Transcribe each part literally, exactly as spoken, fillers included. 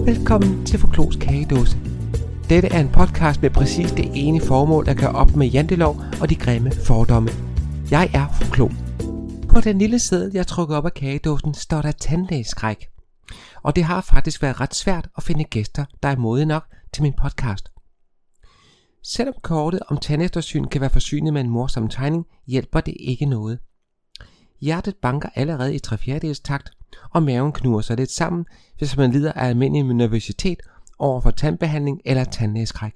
Velkommen til Fru-Klos Kagedåse. Dette er en podcast med præcis det ene formål, der gør op med jantelov og de grimme fordomme. Jeg er Fru-Klo. På den lille seddel, jeg trykker op af kagedåsen, står der tandlægeskræk. Og det har faktisk været ret svært at finde gæster, der er modige nok til min podcast. Selvom kortet om tandeftersyn kan være forsynet med en morsom tegning, hjælper det ikke noget. Hjertet banker allerede i tre fjerdedels takt, og maven knuger sig lidt sammen, hvis man lider af almindelig nervøsitet over for tandbehandling eller tandlægeskræk.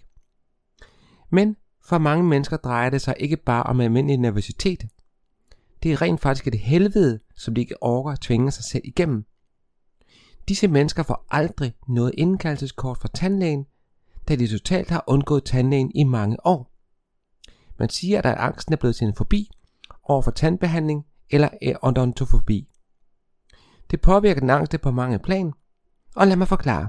Men for mange mennesker drejer det sig ikke bare om almindelig nervøsitet. Det er rent faktisk et helvede, som de ikke orker at tvinge sig selv igennem. Disse mennesker får aldrig noget indkaldelseskort fra tandlægen, da de totalt har undgået tandlægen i mange år. Man siger, at angsten er blevet til en fobi over for tandbehandling eller odontofobi. Det påvirker den angste på mange plan, og lad mig forklare.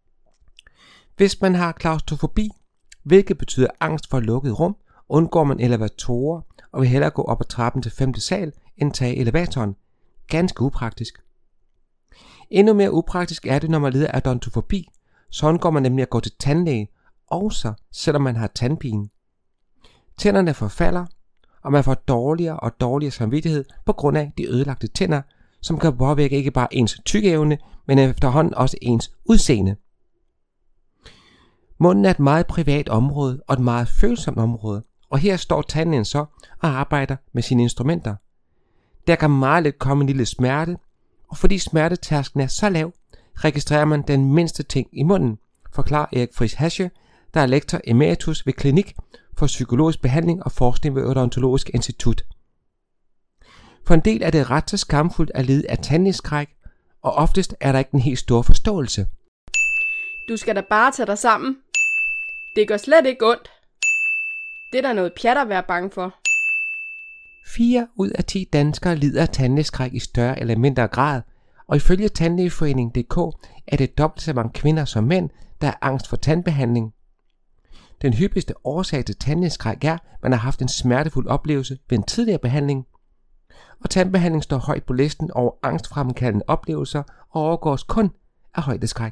Hvis man har klaustrofobi, hvilket betyder angst for lukket rum, undgår man elevatorer og vil hellere gå op ad trappen til femte sal end tage elevatoren. Ganske upraktisk. Endnu mere upraktisk er det, når man lider af odontofobi, så undgår man nemlig at gå til tandlæge, også selvom man har tandpine. Tænderne forfalder, og man får dårligere og dårligere samvittighed på grund af de ødelagte tænder, som kan påvirke ikke bare ens tykkeevne, men efterhånden også ens udseende. Munden er et meget privat område og et meget følsomt område, og her står tandlægen så og arbejder med sine instrumenter. Der kan meget let komme en lille smerte, og fordi smertetærsklen er så lav, registrerer man den mindste ting i munden, forklarer Erik Friis Hasche, der er lektor emeritus ved Klinik for Psykologisk Behandling og Forskning ved Odontologisk Institut. For en del er det ret så skamfuldt at lide af tandlægeskræk, og oftest er der ikke en helt stor forståelse. Du skal da bare tage dig sammen. Det gør slet ikke ondt. Det er da noget pjat at være bange for. fire ud af ti danskere lider af tandlægeskræk i større eller mindre grad, og ifølge Tandlægeforeningen punktum d k er det dobbelt så mange kvinder som mænd, der er angst for tandbehandling. Den hyppigste årsag til tandlægeskræk er, at man har haft en smertefuld oplevelse ved en tidligere behandling, og tandbehandling står højt på listen over angstfremkaldende oplevelser og overgås kun af højdeskræk.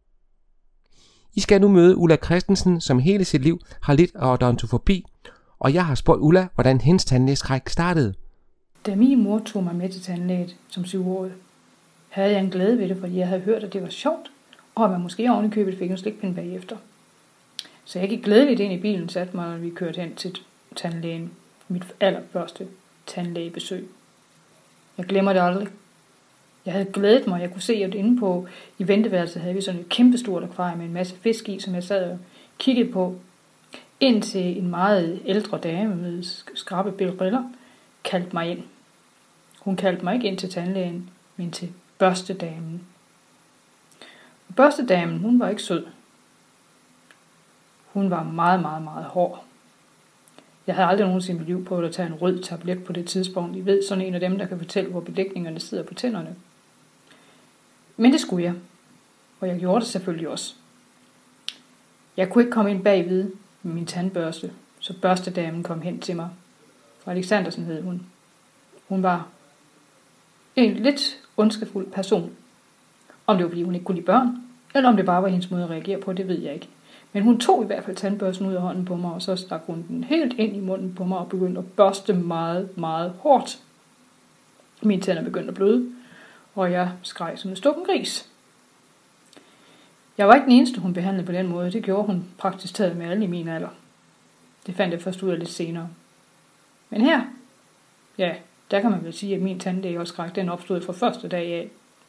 I skal nu møde Ulla Christensen, som hele sit liv har lidt af odontofobi, og jeg har spurgt Ulla, hvordan hendes tandlægeskræk startede. Da min mor tog mig med til tandlægen som syvårig, havde jeg en glæde ved det, fordi jeg havde hørt, at det var sjovt, og at man måske oven i købet fik en slikpind bagefter. Så jeg gik glædeligt ind i bilen, satte mig, når vi kørte hen til tandlægen. Mit allerførste tandlægebesøg. Jeg glemmer det aldrig. Jeg havde glædet mig. Jeg kunne se, at inde på i venteværelset havde vi sådan et kæmpestort akvarium med en masse fisk i, som jeg sad og kiggede på. Indtil en meget ældre dame med skrappe briller kaldte mig ind. Hun kaldte mig ikke ind til tandlægen, men til børstedamen. Og børstedamen, hun var ikke sød. Hun var meget, meget, meget hård. Jeg havde aldrig nogensinde i mit liv prøvet at tage en rød tablet på det tidspunkt. I ved, sådan en af dem, der kan fortælle, hvor belægningerne sidder på tænderne. Men det skulle jeg. Og jeg gjorde det selvfølgelig også. Jeg kunne ikke komme ind bagved med min tandbørste, så børstedamen kom hen til mig. For Alexandersen hed hun. Hun var en lidt ondskabsfuld person. Om det var, fordi hun ikke kunne lide børn, eller om det bare var hendes måde at reagere på, det ved jeg ikke. Men hun tog i hvert fald tandbørsten ud af hånden på mig, og så stak hun den helt ind i munden på mig og begyndte at børste meget, meget hårdt. Mine tænder begyndte at bløde, og jeg skreg som en stukken gris. Jeg var ikke den eneste, hun behandlede på den måde. Det gjorde hun praktisk taget med alle i min alder. Det fandt jeg først ud af lidt senere. Men her, ja, der kan man vel sige, at min tandlæge og skræk, den opstod fra første dag af.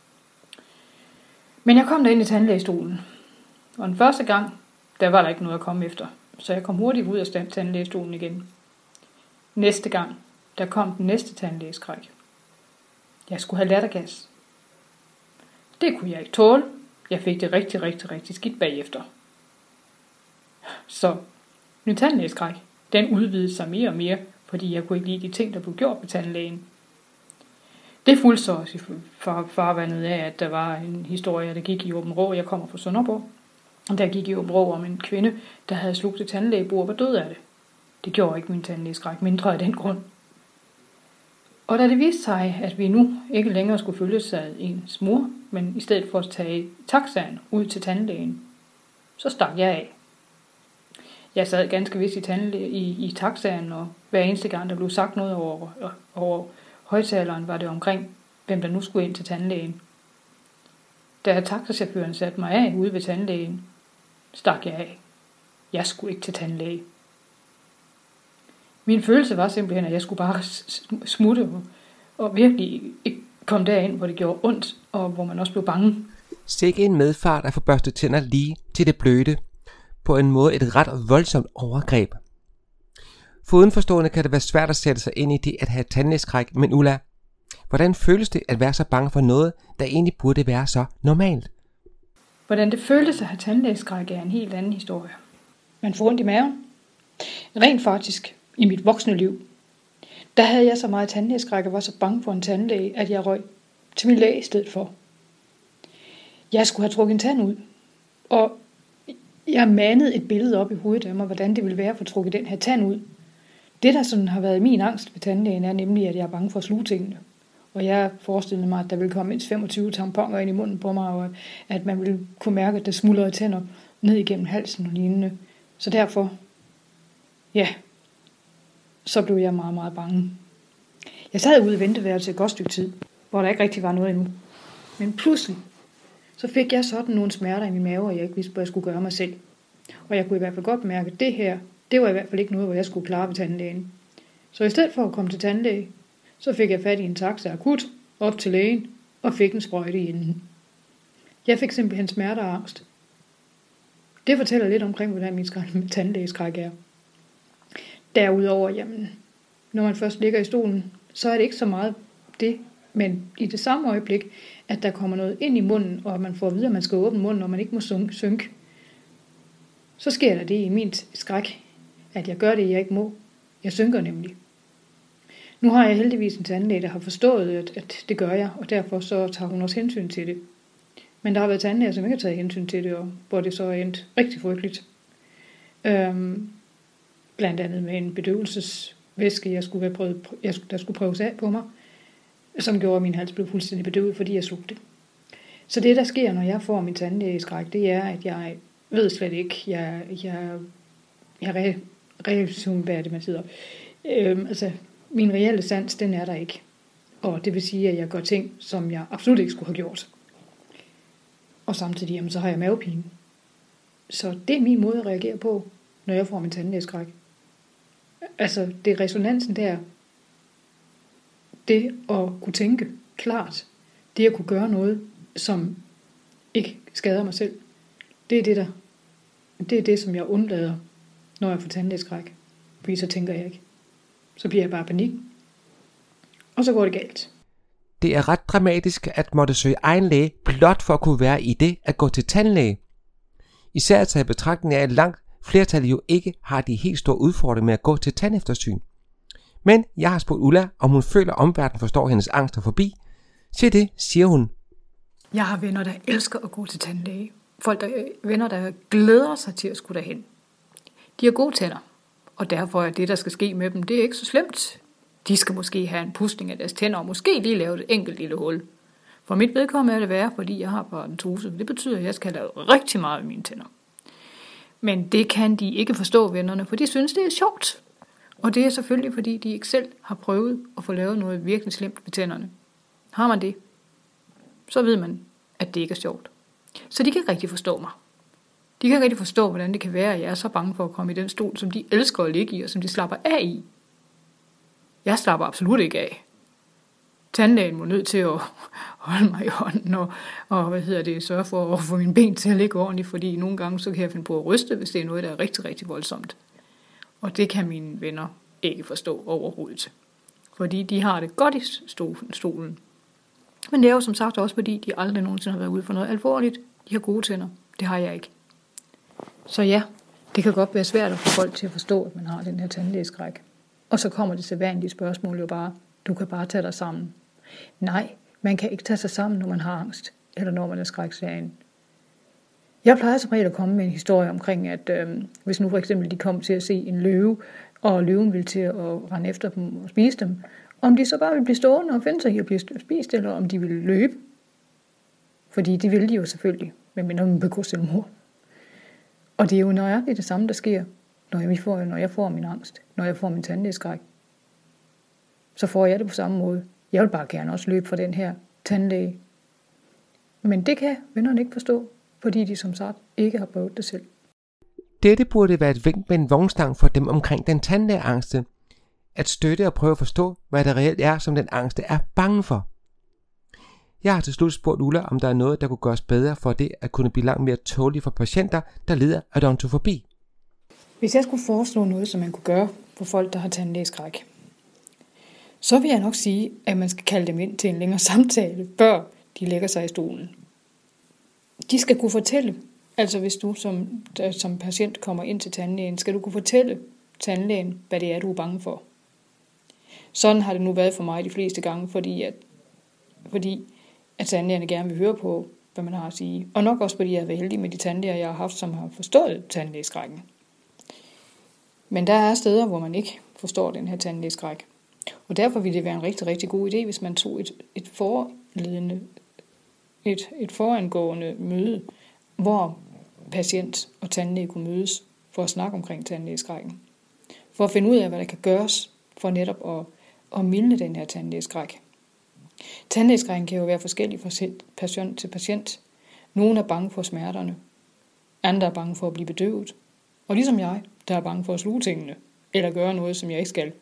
Men jeg kom derind i tandlægestolen, og den første gang, der var der ikke noget at komme efter, så jeg kom hurtigt ud af tandlægestolen igen. Næste gang, der kom den næste tandlægeskræk. Jeg skulle have lattergas. Det kunne jeg ikke tåle. Jeg fik det rigtig, rigtig, rigtig skidt bagefter. Så min tandlægeskræk, den udvidede sig mere og mere, fordi jeg kunne ikke lide de ting, der blev gjort ved tandlægen. Det fulgte så også i farvandet af, at der var en historie, der gik i Åben Rå. Jeg kommer fra Sønderborg. Og der gik i Åben Rå om en kvinde, der havde slugt et tandlægebord og var død af det. Det gjorde ikke min tandlægeskræk mindre af den grund. Og da det viste sig, at vi nu ikke længere skulle følges af ens mor, men i stedet for at tage taxaen ud til tandlægen, så stak jeg af. Jeg sad ganske vist i, tandlæge, i, i taxaen, og hver eneste gang, der blev sagt noget over, over højtaleren, var det omkring, hvem der nu skulle ind til tandlægen. Da taxachaufføren satte mig af ude ved tandlægen, stak jeg af. Jeg skulle ikke til tandlæge. Min følelse var simpelthen, at jeg skulle bare smutte og virkelig ikke komme derind, hvor det gjorde ondt, og hvor man også blev bange. Sikke en medfart at få børstet tænder lige til det bløde. På en måde et ret voldsomt overgreb. For udenforstående kan det være svært at sætte sig ind i det at have tandlægeskræk, men Ulla, hvordan føles det at være så bange for noget, der egentlig burde være så normalt? Hvordan det føles at have tandlægeskræk er en helt anden historie. Man får ondt i maven. Rent faktisk, i mit voksne liv, der havde jeg så meget tandlægeskræk og var så bange for en tandlæge, at jeg røg til min læge i stedet for. Jeg skulle have trukket en tand ud, og jeg manede et billede op i hovedet af mig, hvordan det ville være at få trukket den her tand ud. Det, der sådan har været min angst ved tandlægen, er nemlig, at jeg er bange for at sluge tingene. Og jeg forestillede mig, at der ville komme mindst femogtyve tamponer ind i munden på mig, og at man ville kunne mærke, at der smuldrede tænder ned igennem halsen og lignende. Så derfor, ja, så blev jeg meget, meget bange. Jeg sad ude i venteværelset et godt stykke tid, hvor der ikke rigtig var noget endnu. Men pludselig, så fik jeg sådan nogle smerter i min mave, og jeg ikke vidste, hvad jeg skulle gøre mig selv. Og jeg kunne i hvert fald godt mærke, at det her, det var i hvert fald ikke noget, hvor jeg skulle klare ved tandlægen. Så i stedet for at komme til tandlæge, så fik jeg fat i en taxa akut, op til lægen, og fik en sprøjte i enden. Jeg fik simpelthen smerter og angst. Det fortæller lidt omkring, hvordan min tandlægeskræk er. Derudover, jamen, når man først ligger i stolen, så er det ikke så meget det, men i det samme øjeblik, at der kommer noget ind i munden, og man får at vide, at man skal åbne munden, og man ikke må synke, så sker der det i min skræk, at jeg gør det, jeg ikke må. Jeg synker nemlig. Nu har jeg heldigvis en tandlæge, der har forstået, at, at det gør jeg, og derfor så tager hun også hensyn til det. Men der har været tandlæger, som ikke har taget hensyn til det, og hvor det så er endt rigtig frygteligt. Øhm, blandt andet med en bedøvelsesvæske, jeg skulle være prøvet, jeg, der skulle prøves af på mig, som gjorde, at min hals blev fuldstændig bedøvet, fordi jeg slugte. Så det, der sker, når jeg får min tandlægeskræk, det er, at jeg ved slet ikke, jeg, jeg, jeg re, re, hvad er det, man siger. Øhm, altså, min reelle sans, den er der ikke. Og det vil sige, at jeg gør ting, som jeg absolut ikke skulle have gjort. Og samtidig, jamen, så har jeg mavepine. Så det er min måde at reagere på, når jeg får min tandlægeskræk. Altså, det er resonansen der. Det at kunne tænke klart. Det at kunne gøre noget, som ikke skader mig selv. Det er det, der, det er det, som jeg undlader, når jeg får tandlægeskræk. Fordi så tænker jeg ikke. Så bliver jeg bare panik. Og så går det galt. Det er ret dramatisk at måtte søge egen læge, blot for at kunne være i det at gå til tandlæge. Især at tage i betragtning af, at langt flertallet jo ikke har de helt store udfordringer med at gå til tandeftersyn. Men jeg har spurgt Ulla, om hun føler, at omverdenen forstår hendes angst og forbi. Til det siger hun: Jeg har venner, der elsker at gå til tandlæge. Folk, der venner, der glæder sig til at skulle derhen. De har gode tænder, og derfor er det, der skal ske med dem, det er ikke så slemt. De skal måske have en pudsning af deres tænder, og måske lige lave et enkelt lille hul. For mit vedkommende er det værre, fordi jeg har parodontose. Det betyder, at jeg skal lave rigtig meget af mine tænder. Men det kan de ikke forstå, vennerne, for de synes, det er sjovt. Og det er selvfølgelig, fordi de ikke selv har prøvet at få lavet noget virkelig slemt med tænderne. Har man det, så ved man, at det ikke er sjovt. Så de kan ikke rigtig forstå mig. De kan ikke rigtig forstå, hvordan det kan være, at jeg er så bange for at komme i den stol, som de elsker at ligge i, og som de slapper af i. Jeg slapper absolut ikke af. Tandlægen må nødt til at holde mig i hånden og, og hvad hedder det, sørge for at få mine ben til at ligge ordentligt, fordi nogle gange så kan jeg finde på at ryste, hvis det er noget, der er rigtig, rigtig voldsomt. Og det kan mine venner ikke forstå overhovedet. Fordi de har det godt i stolen. Men det er jo som sagt også, fordi de aldrig nogensinde har været ude for noget alvorligt. De har gode tænder. Det har jeg ikke. Så ja, det kan godt være svært at få folk til at forstå, at man har den her tandlægeskræk. Og så kommer det sædvanlige spørgsmål jo bare: du kan bare tage dig sammen. Nej, man kan ikke tage sig sammen, når man har angst, eller når man er skrækslagen. Jeg plejer som regel at komme med en historie omkring, at øh, hvis nu for eksempel de kom til at se en løve, og løven ville til at rende efter dem og spise dem, Om de så bare vil blive stående og finde sig i at blive spist, eller om de vil løbe. Fordi det vil de jo selvfølgelig, medmindre man begår selvmord. Og det er jo nøjagtigt det samme, der sker, når jeg får, når jeg får min angst, når jeg får min tandlægeskræk. Så får jeg det på samme måde. Jeg vil bare gerne også løbe fra den her tandlæge. Men det kan vennerne ikke forstå, fordi de som sagt ikke har prøvet det selv. Dette burde være et vink med en vognstang for dem omkring den tandlægeangste. At støtte og prøve at forstå, hvad det reelt er, som den angste er bange for. Jeg har til slut spurgt Ulla, om der er noget, der kunne gøres bedre for det at kunne blive langt mere tåleligt for patienter, der lider af odontofobi. Hvis jeg skulle foreslå noget, som man kunne gøre for folk, der har tandlægeskræk, så vil jeg nok sige, at man skal kalde dem ind til en længere samtale, før de lægger sig i stolen. De skal kunne fortælle, altså hvis du som, som patient kommer ind til tandlægen, skal du kunne fortælle tandlægen, hvad det er, du er bange for. Sådan har det nu været for mig de fleste gange, fordi at, fordi at tandlægerne gerne vil høre på, hvad man har at sige. Og nok også fordi jeg har været heldig med de tandlæger, jeg har haft, som har forstået tandlægeskrækken. Men der er steder, hvor man ikke forstår den her tandlægeskræk. Og derfor ville det være en rigtig, rigtig god idé, hvis man tog et, et forledende, et, et forangående møde, hvor patient og tandlæge kunne mødes for at snakke omkring tandlægeskrækken. For at finde ud af, hvad der kan gøres for netop at, at mildne den her tandlægeskræk. Tandlægeskrækken kan jo være forskellig fra patient til patient. Nogle er bange for smerterne. Andre er bange for at blive bedøvet. Og ligesom jeg, der er bange for at sluge tingene, eller gøre noget, som jeg ikke skal.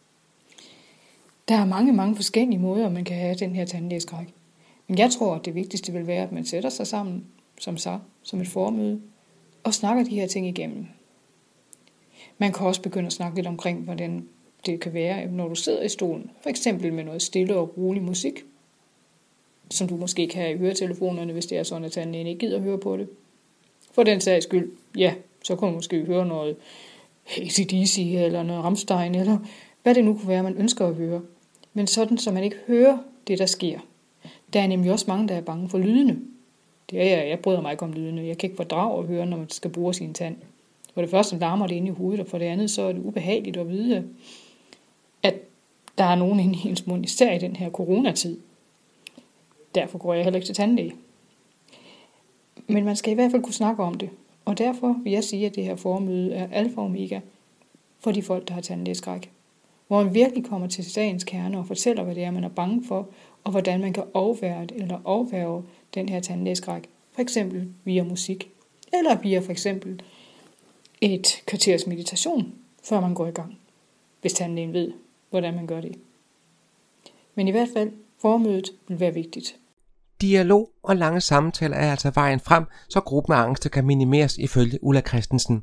Der er mange, mange forskellige måder, man kan have den her tandlægeskræk. Men jeg tror, at det vigtigste vil være, at man sætter sig sammen, som så, som et formøde, og snakker de her ting igennem. Man kan også begynde at snakke lidt omkring, hvordan det kan være, når du sidder i stolen. For eksempel med noget stille og rolig musik, som du måske kan have i høretelefonerne, hvis det er sådan, at tandlægen ikke gider at høre på det. For den sags skyld, ja, så kan du måske høre noget A C D C eller noget Rammstein, eller hvad det nu kunne være, man ønsker at høre. Men sådan, så man ikke hører det, der sker. Der er nemlig også mange, der er bange for lydene. Det er jeg, jeg bryder mig ikke om lydene. Jeg kan ikke fordrage at høre, når man skal bruge sin tand. For det første larmer det inde i hovedet, og for det andet så er det ubehageligt at vide, at der er nogen inde i ens mund, især i den her coronatid. Derfor går jeg heller ikke til tandlæge. Men man skal i hvert fald kunne snakke om det. Og derfor vil jeg sige, at det her formøde er alfa og omega for de folk, der har tandlægeskræk. Hvor man virkelig kommer til sagens kerne og fortæller, hvad det er, man er bange for, og hvordan man kan overvære eller overvære den her tandlægeskræk. For eksempel via musik, eller via for eksempel et kvarters meditation, før man går i gang, hvis tandlægen ved, hvordan man gør det. Men i hvert fald, formødet vil være vigtigt. Dialog og lange samtaler er altså vejen frem, så gruppen af angster kan minimeres ifølge Ulla Christensen.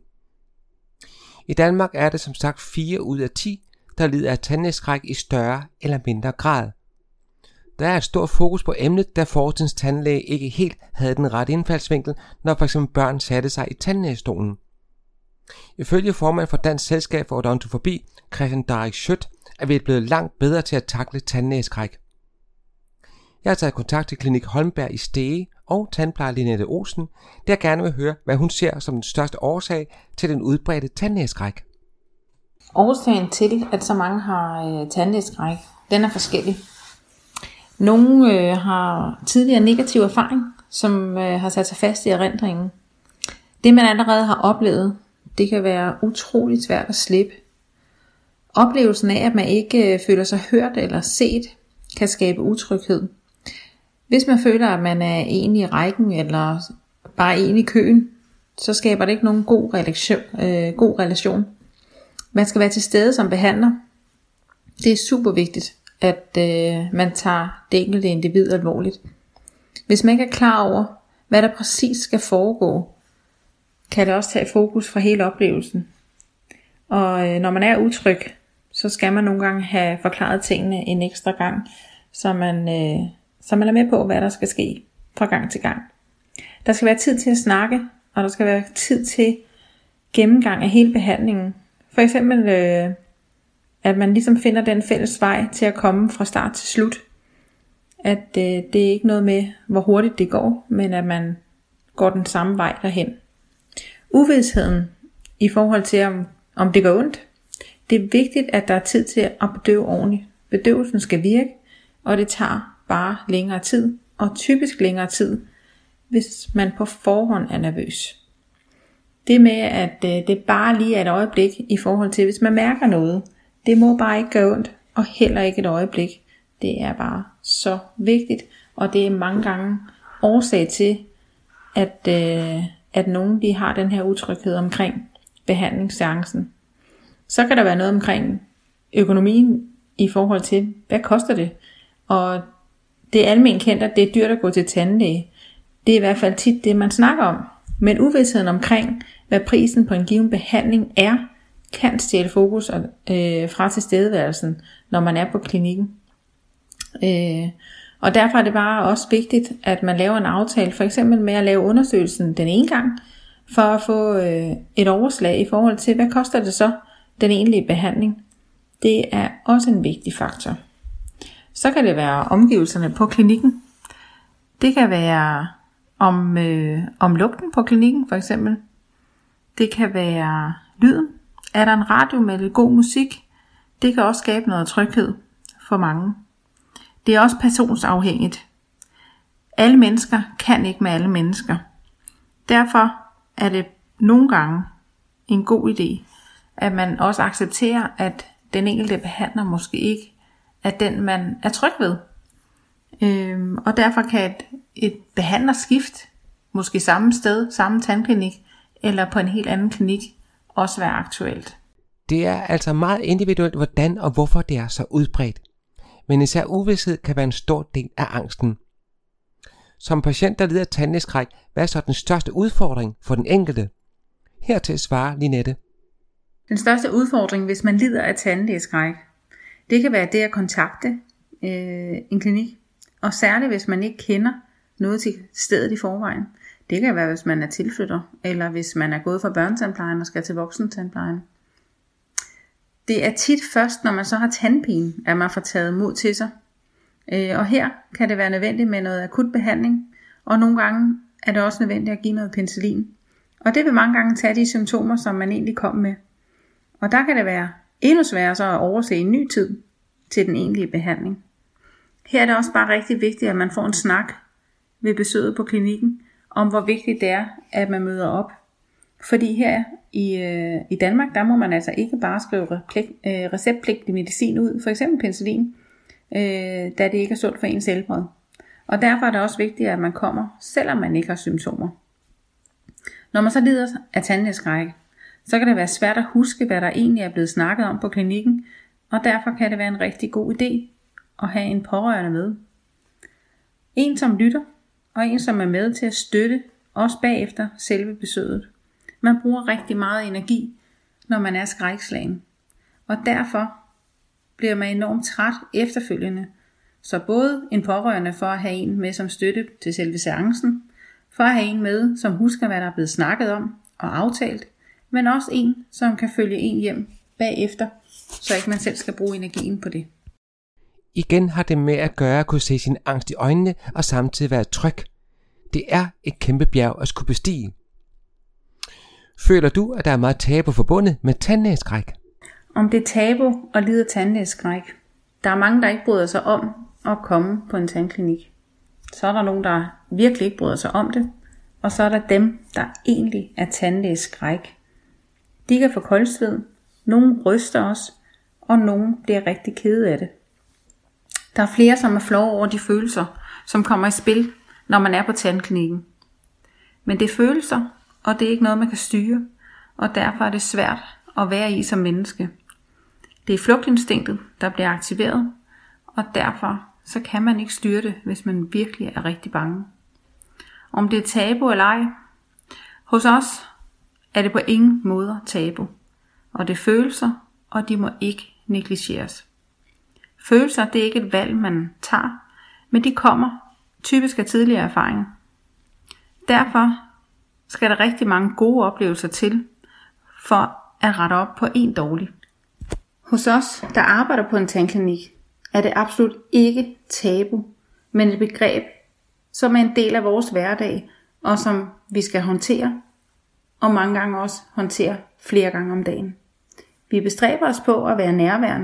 I Danmark er det som sagt fire ud af ti, der lider af tandlægeskræk i større eller mindre grad. Der er et stort fokus på emnet, da fortidens tandlæge ikke helt havde den rette indfaldsvinkel, når f.eks. børn satte sig i tandlægestolen. Ifølge formand for Dansk Selskab for Odontofobi, Christian Darik Schødt, er vi blevet langt bedre til at takle tandlægeskræk. Jeg har taget kontakt til Klinik Holmberg i Stege og tandplejer Linette Olsen, der gerne vil høre, hvad hun ser som den største årsag til den udbredte tandlægeskræk. Årsagen til, at så mange har øh, tandlægeskræk, den er forskellig. Nogle øh, har tidligere negativ erfaring, som øh, har sat sig fast i erindringen. Det man allerede har oplevet, det kan være utroligt svært at slippe. Oplevelsen af, at man ikke øh, føler sig hørt eller set, kan skabe utryghed. Hvis man føler, at man er en i rækken eller bare en i køen, så skaber det ikke nogen god relation. Øh, god relation. Man skal være til stede som behandler. Det er super vigtigt, at øh, man tager det enkelte individ alvorligt. Hvis man ikke er klar over, hvad der præcis skal foregå, kan det også tage fokus fra hele oplevelsen. Og øh, når man er utryg, så skal man nogle gange have forklaret tingene en ekstra gang, så man, øh, så man er med på, hvad der skal ske fra gang til gang. Der skal være tid til at snakke, og der skal være tid til gennemgang af hele behandlingen. For eksempel, øh, at man ligesom finder den fælles vej til at komme fra start til slut. At øh, det er ikke noget med, hvor hurtigt det går, men at man går den samme vej derhen. Uvidsheden i forhold til, om, om det går ondt. Det er vigtigt, at der er tid til at bedøve ordentligt. Bedøvelsen skal virke, og det tager bare længere tid, og typisk længere tid, hvis man på forhånd er nervøs. Det med, at det bare lige er et øjeblik i forhold til, hvis man mærker noget, det må bare ikke gøre ondt, og heller ikke et øjeblik. Det er bare så vigtigt, og det er mange gange årsag til, at, øh, at nogen de har den her utryghed omkring behandlingsseancen. Så kan der være noget omkring økonomien i forhold til, hvad koster det? Og det er almen kendt, at det er dyrt at gå til tandlæge. Det er i hvert fald tit det, man snakker om. Men uvidstheden omkring, hvad prisen på en given behandling er, kan stjæle fokus øh, fra tilstedeværelsen, når man er på klinikken. Øh, og derfor er det bare også vigtigt, at man laver en aftale, for eksempel med at lave undersøgelsen den ene gang, for at få øh, et overslag i forhold til, hvad koster det så, den egentlige behandling. Det er også en vigtig faktor. Så kan det være omgivelserne på klinikken. Det kan være om, øh, om lugten på klinikken for eksempel. Det kan være lyden. Er der en radio med lidt god musik? Det kan også skabe noget tryghed for mange. Det er også personsafhængigt. Alle mennesker kan ikke med alle mennesker. Derfor er det nogle gange en god idé, at man også accepterer, at den enkelte behandler måske ikke er den, man er tryg ved. Øhm, og derfor kan et, et behandlerskift, måske samme sted, samme tandklinik, eller på en helt anden klinik, også være aktuelt. Det er altså meget individuelt, hvordan og hvorfor det er så udbredt. Men især uvished kan være en stor del af angsten. Som patient, der lider af tandlægeskræk, hvad er så den største udfordring for den enkelte? Hertil svarer Linette. Den største udfordring, hvis man lider af tandlægeskræk, det kan være det at kontakte øh, en klinik. Og særligt hvis man ikke kender noget til stedet i forvejen. Det kan være, hvis man er tilflytter, eller hvis man er gået fra børnetandplejen og skal til voksentandplejen. Det er tit først, når man så har tandpine, at man får taget mod til sig. Øh, og her kan det være nødvendigt med noget akut behandling, og nogle gange er det også nødvendigt at give noget penicillin. Og det vil mange gange tage de symptomer, som man egentlig kom med. Og der kan det være endnu sværere så at overse en ny tid til den egentlige behandling. Her er det også bare rigtig vigtigt, at man får en snak ved besøget på klinikken, om hvor vigtigt det er, at man møder op. Fordi her i, øh, i Danmark, der må man altså ikke bare skrive receptpligtig medicin ud, for eksempel penicillin, øh, da det ikke er sundt for ens helbred. Og derfor er det også vigtigt, at man kommer, selvom man ikke har symptomer. Når man så lider af tandlægeskræk, så kan det være svært at huske, hvad der egentlig er blevet snakket om på klinikken, og derfor kan det være en rigtig god idé at have en pårørende med. En som lytter, og en som er med til at støtte, også bagefter selve besøget. Man bruger rigtig meget energi, når man er skrækslagen, og derfor bliver man enormt træt efterfølgende. Så både en pårørende for at have en med som støtte til selve seancen, for at have en med, som husker, hvad der er blevet snakket om og aftalt, men også en, som kan følge en hjem bagefter, så ikke man selv skal bruge energien på det. Igen har det med at gøre at kunne se sin angst i øjnene og samtidig være tryg. Det er et kæmpe bjerg at skulle bestige. Føler du, at der er meget tabu forbundet med tandlægeskræk? Om det er tabu at lide af tandlægeskræk. Der er mange, der ikke bryder sig om at komme på en tandklinik. Så er der nogen, der virkelig ikke bryder sig om det. Og så er der dem, der egentlig er tandlægeskræk. De kan få koldsved, nogen ryster også, og nogen bliver rigtig kede af det. Der er flere, som er flove over de følelser, som kommer i spil, når man er på tandklinikken. Men det er følelser, og det er ikke noget, man kan styre, og derfor er det svært at være i som menneske. Det er flugtinstinktet, der bliver aktiveret, og derfor så kan man ikke styre det, hvis man virkelig er rigtig bange. Om det er tabu eller ej, hos os er det på ingen måde tabu, og det er følelser, og de må ikke negligeres. Følelser, det er ikke et valg, man tager, men de kommer typisk af tidligere erfaring. Derfor skal der rigtig mange gode oplevelser til, for at rette op på en dårlig. Hos os, der arbejder på en tandklinik, er det absolut ikke tabu, men et begreb, som er en del af vores hverdag, og som vi skal håndtere, og mange gange også håndtere flere gange om dagen. Vi bestræber os på at være nærværende,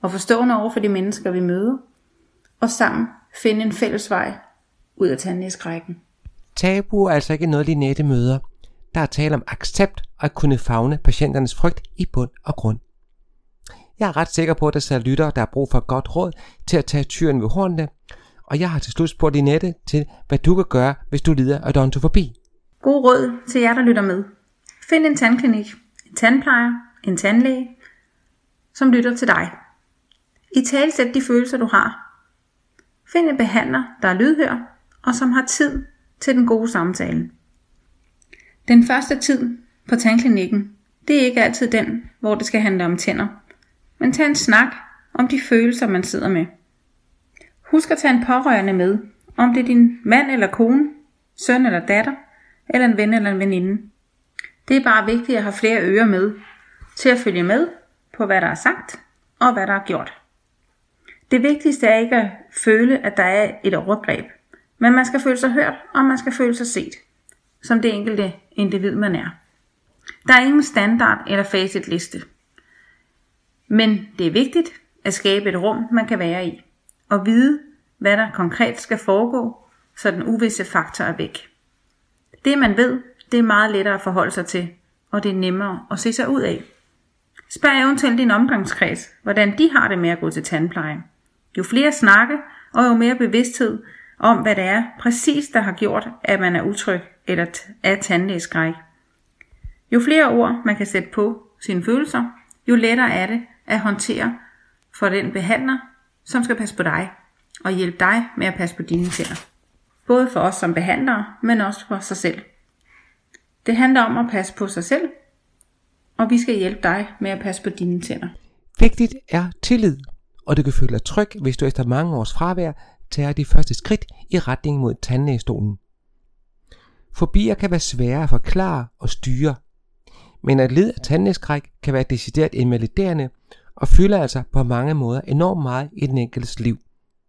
og forstående over for de mennesker, vi møder, og sammen finde en fælles vej ud af tandlægeskrækken. Tabu er altså ikke noget Linette møder. Der er tale om accept og at kunne favne patienternes frygt i bund og grund. Jeg er ret sikker på, at der sidder lyttere, der har brug for et godt råd til at tage tyren ved hornene, og jeg har til slut spurgt Linette til, hvad du kan gøre, hvis du lider af odontofobi. God råd til jer, der lytter med. Find en tandklinik, en tandplejer, en tandlæge, som lytter til dig. I talsæt de følelser, du har. Find en behandler, der er lydhør, og som har tid til den gode samtale. Den første tid på tandklinikken, det er ikke altid den, hvor det skal handle om tænder. Men tag en snak om de følelser, man sidder med. Husk at tage en pårørende med, om det er din mand eller kone, søn eller datter, eller en ven eller en veninde. Det er bare vigtigt at have flere ører med, til at følge med på, hvad der er sagt, og hvad der er gjort. Det vigtigste er ikke at føle, at der er et overgreb, men man skal føle sig hørt, og man skal føle sig set, som det enkelte individ man er. Der er ingen standard eller facitliste, men det er vigtigt at skabe et rum, man kan være i, og vide, hvad der konkret skal foregå, så den uvisse faktor er væk. Det man ved, det er meget lettere at forholde sig til, og det er nemmere at se sig ud af. Spørg eventuelt din omgangskreds, hvordan de har det med at gå til tandpleje. Jo flere snakke, og jo mere bevidsthed om, hvad det er præcis, der har gjort, at man er utryg eller af tandlægeskræk. Jo flere ord man kan sætte på sine følelser, jo lettere er det at håndtere for den behandler, som skal passe på dig og hjælpe dig med at passe på dine tænder. Både for os som behandlere, men også for sig selv. Det handler om at passe på sig selv, og vi skal hjælpe dig med at passe på dine tænder. Vigtigt er tillid, og du kan føle dig tryg, hvis du efter mange års fravær tager de første skridt i retning mod tandlægestolen. Fobier kan være svære at forklare og styre, men at lide af tandlægeskræk kan være decideret invaliderende og fylder altså på mange måder enormt meget i den enkeltes liv.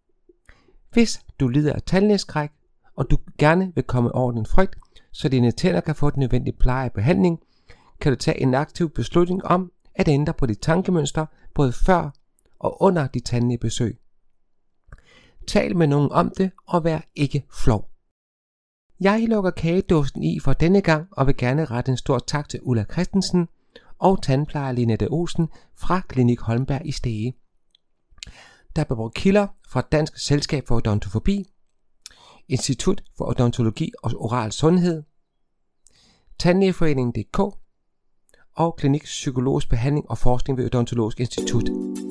Hvis du lider af tandlægeskræk, og du gerne vil komme over den frygt, så dine tænder kan få den nødvendige pleje og behandling, kan du tage en aktiv beslutning om at ændre på dit tankemønster både før og under dit tandlægebesøg. Tal med nogen om det og vær ikke flov. Jeg lukker kagedåsen i for denne gang og vil gerne rette en stor tak til Ulla Christensen og tandplejer Linette Olsen fra Klinik Holmberg i Stege. Der blev brugt kilder fra Dansk Selskab for Odontofobi, Institut for Odontologi og Oral Sundhed, Tandlægeforeningen punktum d k og Klinik Psykologisk Behandling og Forskning ved Odontologisk Institut.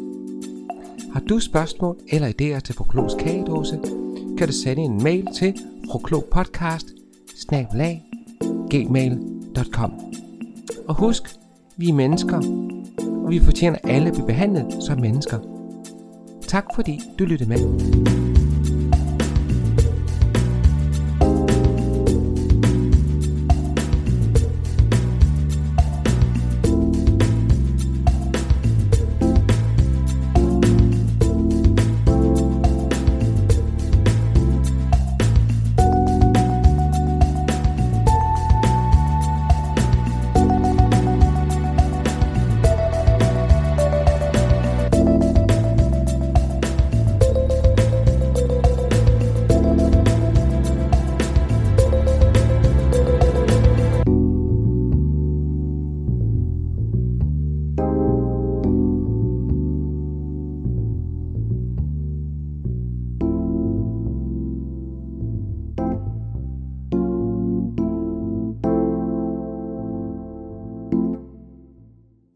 Har du spørgsmål eller idéer til Froklos kagedåse, kan du sende en mail til froklopodcast bindestreg gmail punktum com. Og husk, vi er mennesker, og vi fortjener alle at blive behandlet som mennesker. Tak fordi du lyttede med.